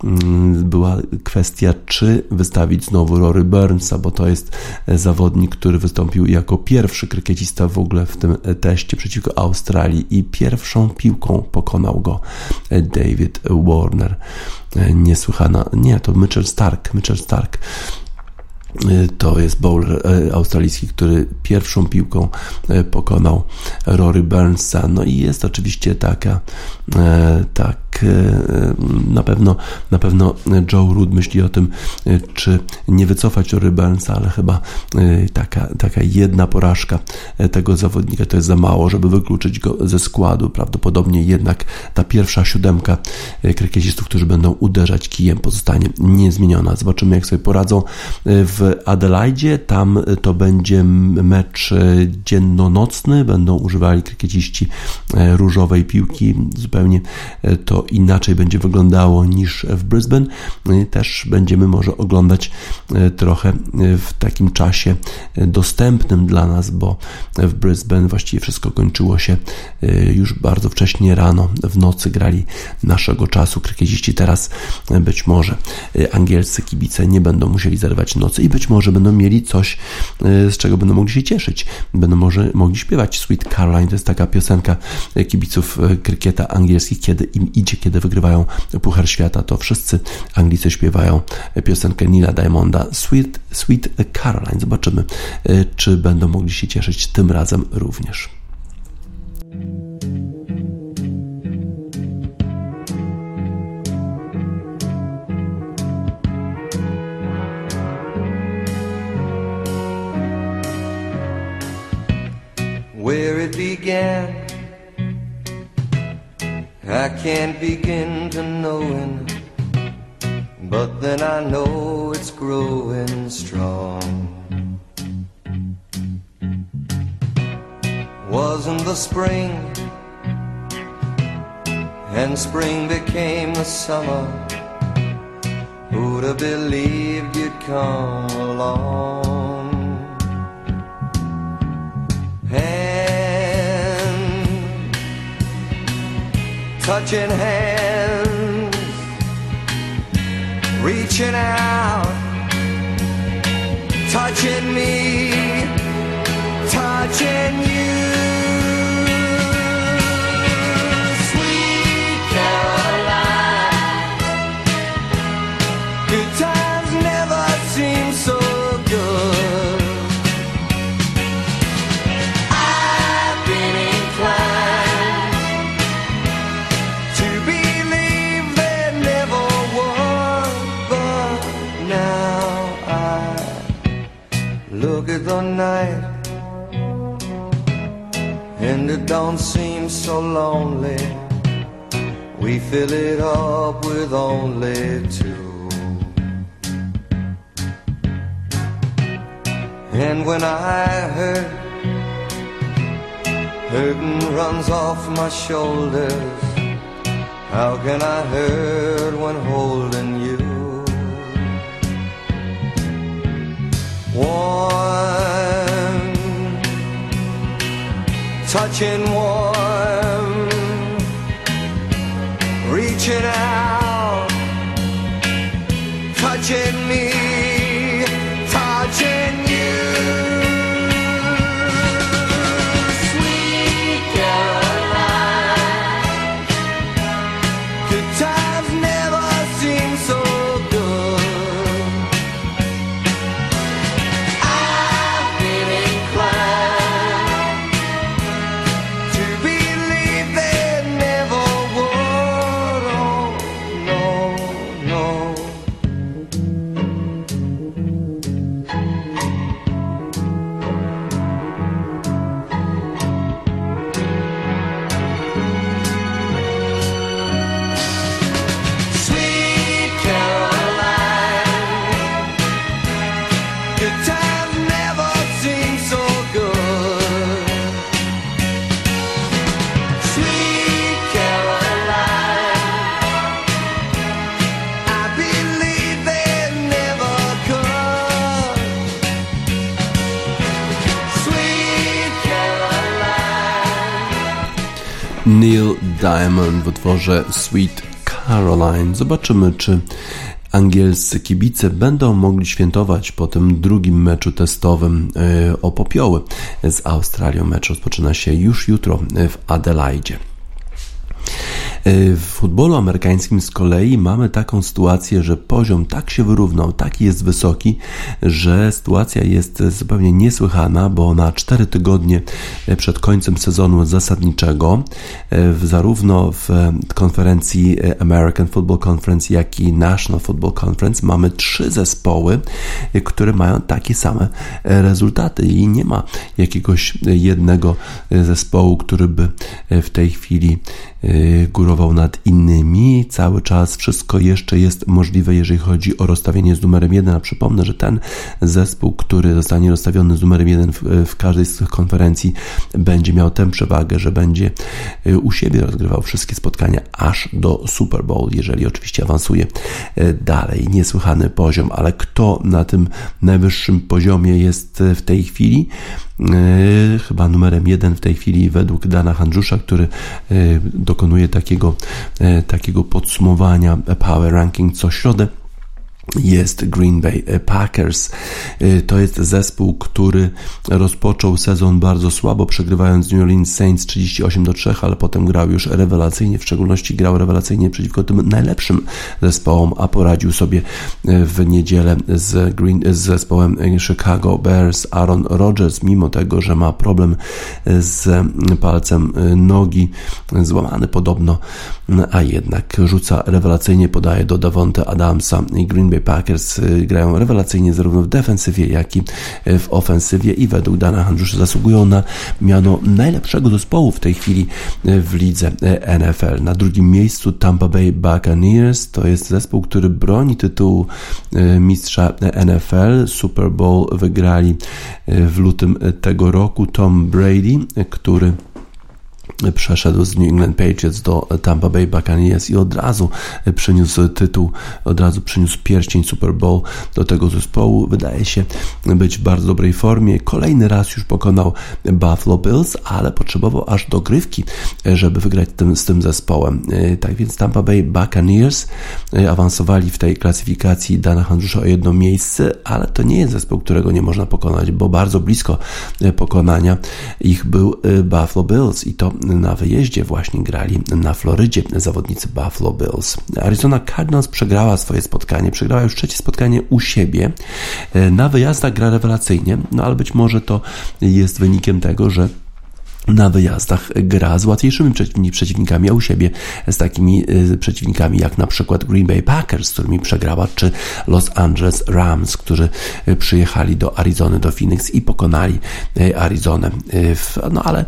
była kwestia, czy wystawić znowu Rory Burnsa, bo to jest zawodnik, który wystąpił jako pierwszy krykiecista w ogóle w tym teście przeciwko Australii i pierwszą piłką pokonał go David Warner. Niesłychana, nie, to Mitchell Stark, Mitchell Stark. To jest bowler australijski, który pierwszą piłką pokonał Rory Burnsa. No i jest oczywiście taka, tak, tak na pewno, na pewno Joe Root myśli o tym, czy nie wycofać Rory Burnsa, ale chyba taka, taka jedna porażka tego zawodnika to jest za mało, żeby wykluczyć go ze składu. Prawdopodobnie jednak ta pierwsza siódemka krykiecistów, którzy będą uderzać kijem, pozostanie niezmieniona. Zobaczymy, jak sobie poradzą w Adelaidzie. Tam to będzie mecz dziennonocny, będą używali krykieciści różowej piłki. Zupełnie to inaczej będzie wyglądało niż w Brisbane. Też będziemy może oglądać trochę w takim czasie dostępnym dla nas, bo w Brisbane właściwie wszystko kończyło się już bardzo wcześnie rano. W nocy grali naszego czasu krykieciści. Teraz być może angielscy kibice nie będą musieli zarywać nocy i być może będą mieli coś, z czego będą mogli się cieszyć. Będą może mogli śpiewać Sweet Caroline. To jest taka piosenka kibiców krykieta angielskich, kiedy im idzie, kiedy wygrywają Puchar Świata, to wszyscy Anglicy śpiewają piosenkę Neila Diamonda Sweet, Sweet Caroline. Zobaczymy, czy będą mogli się cieszyć tym razem również. Where it began, I can't begin to knowing, but then I know it's growing strong. Wasn't the spring, and spring became the summer. Who'd have believed you'd come along? Hand, touching hands, reaching out, touching me, touching you. Sweet Caroline, good times never seem so good. I've been inclined to believe there never was, but now I look at the night and it don't seem so lonely. We fill it up with only two. And when I hurt, hurting runs off my shoulders. How can I hurt when holding you? Warm, touching warm, reaching out, touching me, touching you. Sweet Caroline, good times never seem so good. I've been inclined to believe there never would. Oh, no, no. Sweet Caroline, good times never seem so good. Sweet Caroline, I believe they never could. Sweet Caroline. Neil Diamond w utworze Sweet Caroline. Zobaczymy, czy angielscy kibice będą mogli świętować po tym drugim meczu testowym o popioły z Australią. Mecz rozpoczyna się już jutro w Adelaidzie. W futbolu amerykańskim z kolei mamy taką sytuację, że poziom tak się wyrównał, taki jest wysoki, że sytuacja jest zupełnie niesłychana, bo na cztery tygodnie przed końcem sezonu zasadniczego zarówno w konferencji American Football Conference, jak i National Football Conference mamy trzy zespoły, które mają takie same rezultaty i nie ma jakiegoś jednego zespołu, który by w tej chwili górował nad innymi. Cały czas wszystko jeszcze jest możliwe, jeżeli chodzi o rozstawienie z numerem jeden. A przypomnę, że ten zespół, który zostanie rozstawiony z numerem jeden w, w każdej z tych konferencji, będzie miał tę przewagę, że będzie u siebie rozgrywał wszystkie spotkania aż do Super Bowl, jeżeli oczywiście awansuje dalej. Niesłychany poziom, ale kto na tym najwyższym poziomie jest w tej chwili? Yy, chyba numerem jeden w tej chwili według Dana Handrusza, który yy, dokonuje takiego, yy, takiego podsumowania Power Ranking co środę, jest Green Bay Packers. To jest zespół, który rozpoczął sezon bardzo słabo, przegrywając z New Orleans Saints trzydzieści osiem do trzech, ale potem grał już rewelacyjnie, w szczególności grał rewelacyjnie przeciwko tym najlepszym zespołom, a poradził sobie w niedzielę z, Green, z zespołem Chicago Bears. Aaron Rodgers, mimo tego, że ma problem z palcem nogi, złamany podobno, a jednak rzuca rewelacyjnie, podaje do Davonte Adamsa i Green Bay Packers grają rewelacyjnie zarówno w defensywie, jak i w ofensywie i według Dana Handrusza zasługują na miano najlepszego zespołu w tej chwili w lidze N F L. Na drugim miejscu Tampa Bay Buccaneers, to jest zespół, który broni tytułu mistrza N F L. Super Bowl wygrali w lutym tego roku. Tom Brady, który przeszedł z New England Patriots do Tampa Bay Buccaneers i od razu przyniósł tytuł, od razu przyniósł pierścień Super Bowl do tego zespołu. Wydaje się być w bardzo dobrej formie. Kolejny raz już pokonał Buffalo Bills, ale potrzebował aż dogrywki, żeby wygrać tym, z tym zespołem. Tak więc Tampa Bay Buccaneers awansowali w tej klasyfikacji Dana Handrusza o jedno miejsce, ale to nie jest zespół, którego nie można pokonać, bo bardzo blisko pokonania ich był Buffalo Bills i to na wyjeździe właśnie grali na Florydzie zawodnicy Buffalo Bills. Arizona Cardinals przegrała swoje spotkanie, przegrała już trzecie spotkanie u siebie. Na wyjazdach gra rewelacyjnie, no ale być może to jest wynikiem tego, że na wyjazdach gra z łatwiejszymi przeciwnikami, a u siebie z takimi przeciwnikami jak na przykład Green Bay Packers, z którymi przegrała, czy Los Angeles Rams, którzy przyjechali do Arizony, do Phoenix i pokonali Arizonę. No ale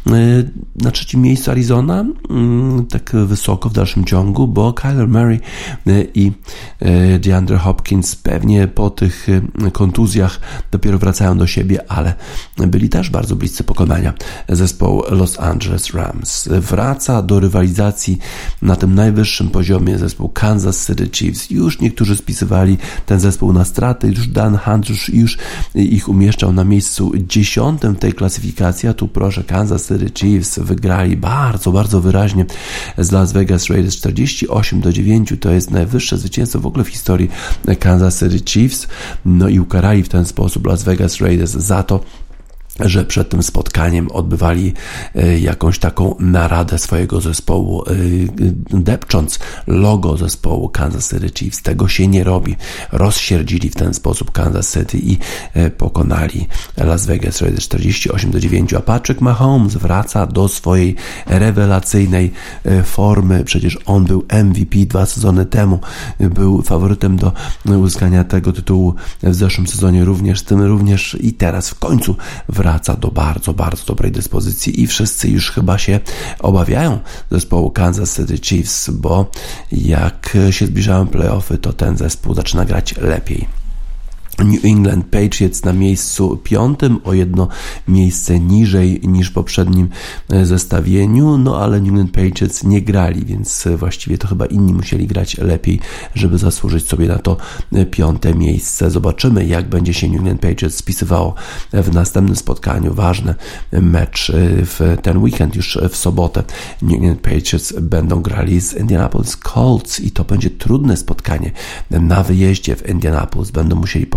na trzecim miejscu Arizona, tak wysoko w dalszym ciągu, bo Kyler Murray i DeAndre Hopkins pewnie po tych kontuzjach dopiero wracają do siebie, ale byli też bardzo bliscy pokonania zespołu Los Angeles Rams. Wraca do rywalizacji na tym najwyższym poziomie zespół Kansas City Chiefs. Już niektórzy spisywali ten zespół na straty, już Dan Handrusz już ich umieszczał na miejscu dziesiątym w tej klasyfikacji, a tu proszę, Kansas City Chiefs wygrali bardzo, bardzo wyraźnie z Las Vegas Raiders czterdzieści osiem do dziewięciu. To jest najwyższe zwycięstwo w ogóle w historii Kansas City Chiefs. No i ukarali w ten sposób Las Vegas Raiders za to, że przed tym spotkaniem odbywali jakąś taką naradę swojego zespołu, depcząc logo zespołu Kansas City Chiefs. Tego się nie robi. Rozsierdzili w ten sposób Kansas City i pokonali Las Vegas Raiders czterdzieści osiem do dziewięciu, a Patrick Mahomes wraca do swojej rewelacyjnej formy. Przecież on był M V P dwa sezony temu, był faworytem do uzyskania tego tytułu w zeszłym sezonie również, tym również i teraz w końcu wraca wraca do bardzo, bardzo dobrej dyspozycji i wszyscy już chyba się obawiają zespołu Kansas City Chiefs, bo jak się zbliżają playoffy, to ten zespół zaczyna grać lepiej. New England Patriots na miejscu piątym, o jedno miejsce niżej niż w poprzednim zestawieniu, no ale New England Patriots nie grali, więc właściwie to chyba inni musieli grać lepiej, żeby zasłużyć sobie na to piąte miejsce. Zobaczymy, jak będzie się New England Patriots spisywało w następnym spotkaniu. Ważny mecz w ten weekend, już w sobotę. New England Patriots będą grali z Indianapolis Colts i to będzie trudne spotkanie na wyjeździe w Indianapolis. Będą musieli pokazać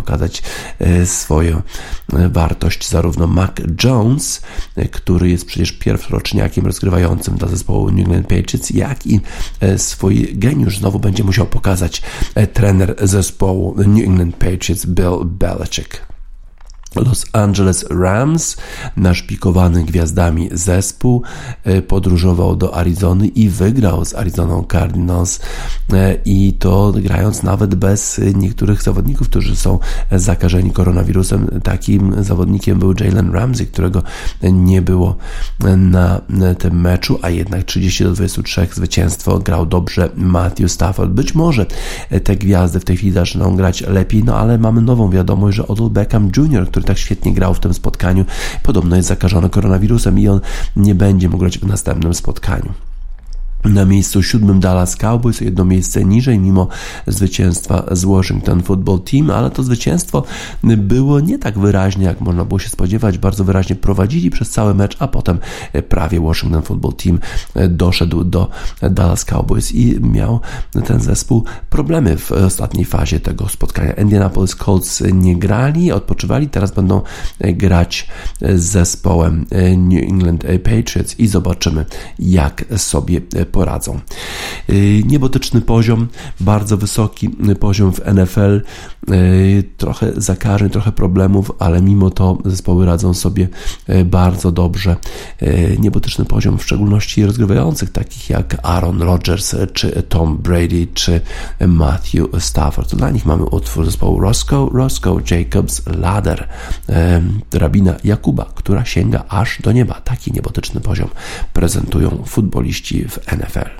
pokazać swoją wartość. Zarówno Mac Jones, który jest przecież pierwszoroczniakiem rozgrywającym dla zespołu New England Patriots, jak i swój geniusz znowu będzie musiał pokazać trener zespołu New England Patriots Bill Belichick. Los Angeles Rams, naszpikowany gwiazdami zespół, podróżował do Arizony i wygrał z Arizoną Cardinals, i to grając nawet bez niektórych zawodników, którzy są zakażeni koronawirusem. Takim zawodnikiem był Jalen Ramsey, którego nie było na tym meczu, a jednak trzydzieści do dwudziestu trzech zwycięstwo. Grał dobrze Matthew Stafford. Być może te gwiazdy w tej chwili zaczynają grać lepiej, no ale mamy nową wiadomość, że Odell Beckham junior, który tak świetnie grał w tym spotkaniu, podobno jest zakażony koronawirusem i on nie będzie mógł grać w następnym spotkaniu. Na miejscu siódmym Dallas Cowboys, jedno miejsce niżej, mimo zwycięstwa z Washington Football Team, ale to zwycięstwo było nie tak wyraźnie, jak można było się spodziewać. Bardzo wyraźnie prowadzili przez cały mecz, a potem prawie Washington Football Team doszedł do Dallas Cowboys i miał ten zespół problemy w ostatniej fazie tego spotkania. Indianapolis Colts nie grali, odpoczywali, teraz będą grać z zespołem New England Patriots i zobaczymy, jak sobie poradzą. Niebotyczny poziom, bardzo wysoki poziom w N F L, trochę zakażeń, trochę problemów, ale mimo to zespoły radzą sobie bardzo dobrze. Niebotyczny poziom w szczególności rozgrywających, takich jak Aaron Rodgers, czy Tom Brady, czy Matthew Stafford. Dla nich mamy utwór zespołu Roscoe, Roscoe Jacobs Ladder, drabina Jakuba, która sięga aż do nieba. Taki niebotyczny poziom prezentują futboliści w N F L.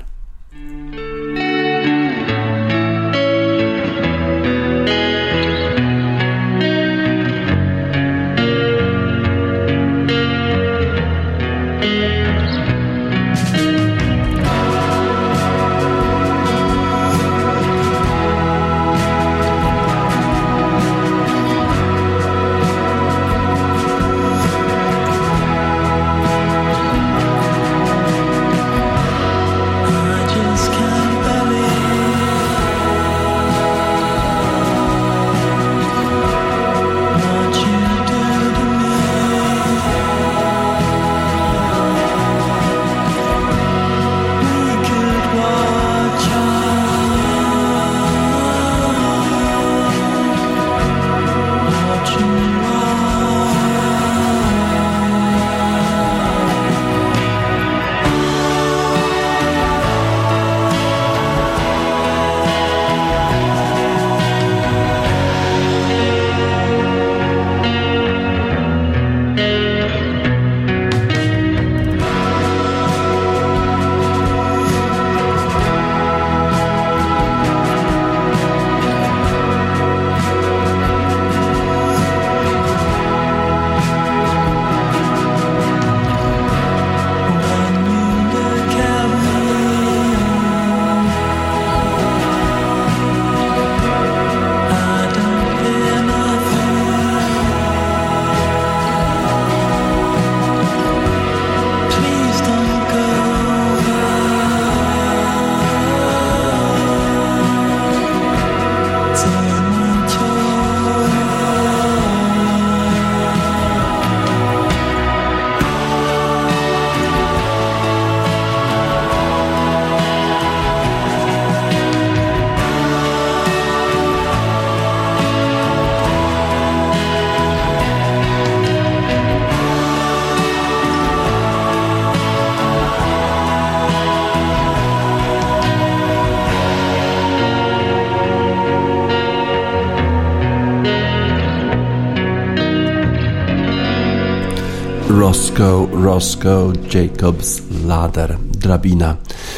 Roscoe, Roscoe Jacobs Ladder, drabina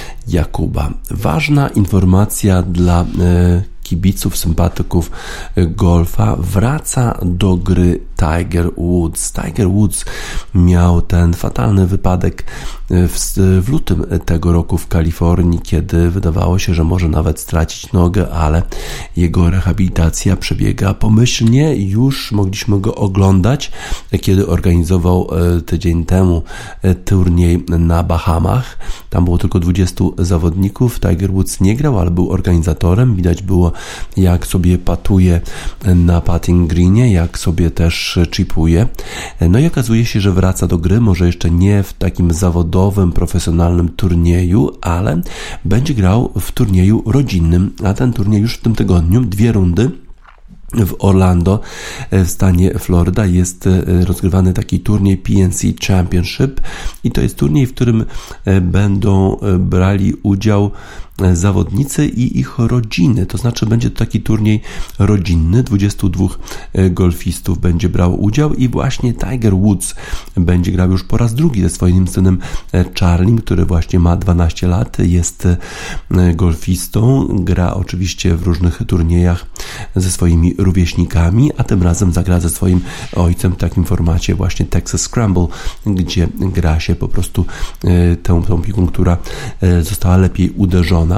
Jakuba. Ważna informacja dla y, kibiców, sympatyków golfa. Wraca do gry Tiger Woods. Tiger Woods miał ten fatalny wypadek w, w lutym tego roku w Kalifornii, kiedy wydawało się, że może nawet stracić nogę, ale jego rehabilitacja przebiega pomyślnie. Już mogliśmy go oglądać, kiedy organizował tydzień temu turniej na Bahamach. Tam było tylko dwudziestu zawodników. Tiger Woods nie grał, ale był organizatorem. Widać było, jak sobie patuje na putting greenie, jak sobie też chipuje. No i okazuje się, że wraca do gry, może jeszcze nie w takim zawodowym, profesjonalnym turnieju, ale będzie grał w turnieju rodzinnym, a ten turniej już w tym tygodniu, dwie rundy w Orlando w stanie Florida jest rozgrywany taki turniej P N C Championship i to jest turniej, w którym będą brali udział zawodnicy i ich rodziny, to znaczy będzie to taki turniej rodzinny, dwudziestu dwóch golfistów będzie brało udział i właśnie Tiger Woods będzie grał już po raz drugi ze swoim synem Charliem, który właśnie ma dwanaście lat, jest golfistą, gra oczywiście w różnych turniejach ze swoimi rówieśnikami, a tym razem zagra ze swoim ojcem w takim formacie właśnie Texas Scramble, gdzie gra się po prostu tą, tą piłką, która została lepiej uderzona.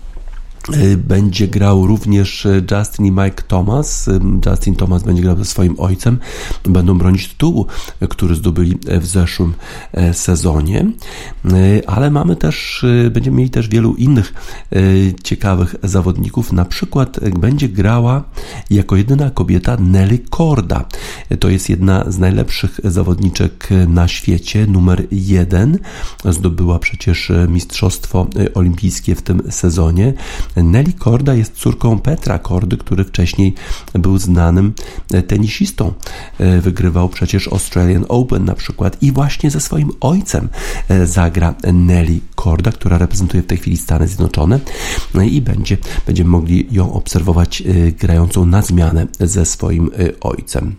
Będzie grał również Justin i Mike Thomas. Justin Thomas będzie grał ze swoim ojcem. Będą bronić tytułu, który zdobyli w zeszłym sezonie. Ale mamy też, będziemy mieli też wielu innych ciekawych zawodników. Na przykład będzie grała jako jedyna kobieta Nelly Korda. To jest jedna z najlepszych zawodniczek na świecie, numer jeden. Zdobyła przecież mistrzostwo olimpijskie w tym sezonie. Nelly Korda jest córką Petra Kordy, który wcześniej był znanym tenisistą. Wygrywał przecież Australian Open na przykład i właśnie ze swoim ojcem zagra Nelly Korda, która reprezentuje w tej chwili Stany Zjednoczone i będzie, będziemy mogli ją obserwować grającą na zmianę ze swoim ojcem.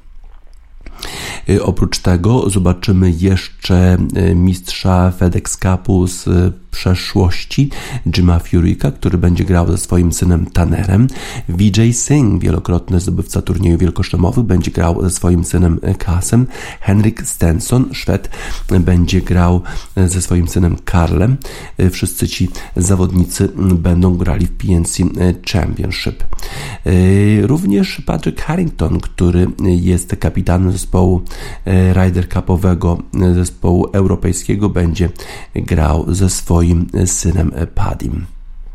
Oprócz tego zobaczymy jeszcze mistrza FedEx Cupu z przeszłości, Jima Furyka, który będzie grał ze swoim synem Tannerem. Vijay Singh, wielokrotny zdobywca turnieju wielkoszlemowych, będzie grał ze swoim synem Casem. Henrik Stenson, Szwed, będzie grał ze swoim synem Karlem. Wszyscy ci zawodnicy będą grali w P N C Championship. Również Patrick Harrington, który jest kapitanem zespołu Ryder Cupowego, zespołu europejskiego, będzie grał ze swoim synem Padim.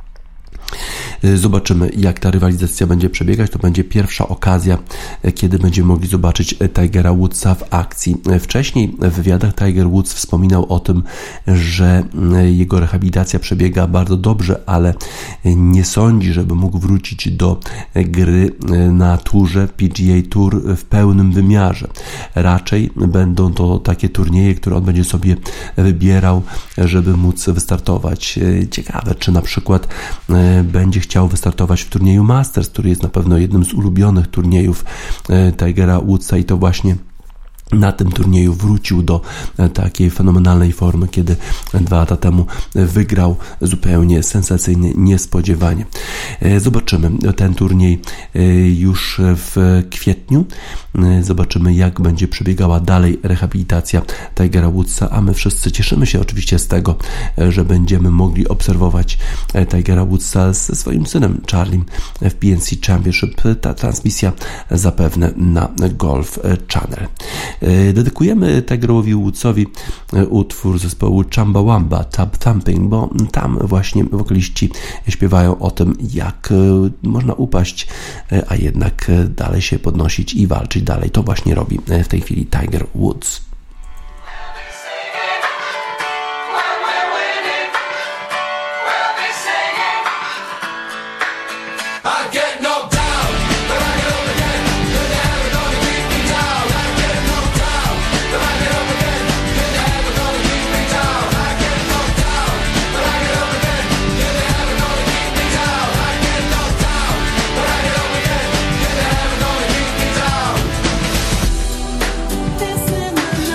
Zobaczymy, jak ta rywalizacja będzie przebiegać. To będzie pierwsza okazja, kiedy będziemy mogli zobaczyć Tigera Woodsa w akcji. Wcześniej w wywiadach Tiger Woods wspominał o tym, że jego rehabilitacja przebiega bardzo dobrze, ale nie sądzi, żeby mógł wrócić do gry na turze P G A Tour w pełnym wymiarze. Raczej będą to takie turnieje, które on będzie sobie wybierał, żeby móc wystartować. Ciekawe, czy na przykład będzie chciał wystartować w turnieju Masters, który jest na pewno jednym z ulubionych turniejów Tigera Woodsa i to właśnie na tym turnieju wrócił do takiej fenomenalnej formy, kiedy dwa lata temu wygrał zupełnie sensacyjnie, niespodziewanie. Zobaczymy ten turniej już w kwietniu. Zobaczymy, jak będzie przebiegała dalej rehabilitacja Tigera Woodsa, a my wszyscy cieszymy się oczywiście z tego, że będziemy mogli obserwować Tigera Woodsa ze swoim synem Charliem w P N C Championship. Ta transmisja zapewne na Golf Channel. Dedykujemy Tigerowi Woodsowi utwór zespołu Chumbawamba, Tub Thumping, bo tam właśnie wokaliści śpiewają o tym, jak można upaść, a jednak dalej się podnosić i walczyć dalej. To właśnie robi w tej chwili Tiger Woods. This in the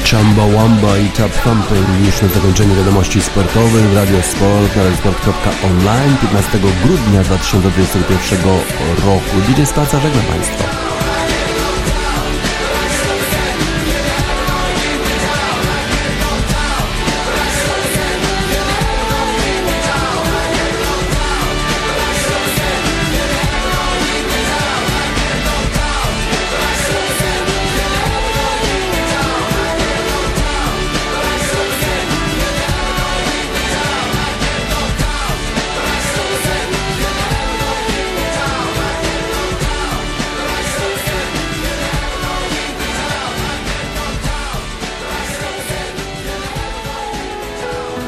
Chumbawamba i Tap Thumping już na zakończenie wiadomości sportowych w Radio Sport na radiosport kropka online piętnastego grudnia dwa tysiące dwudziestego pierwszego roku. D J Spaca żegna Państwa.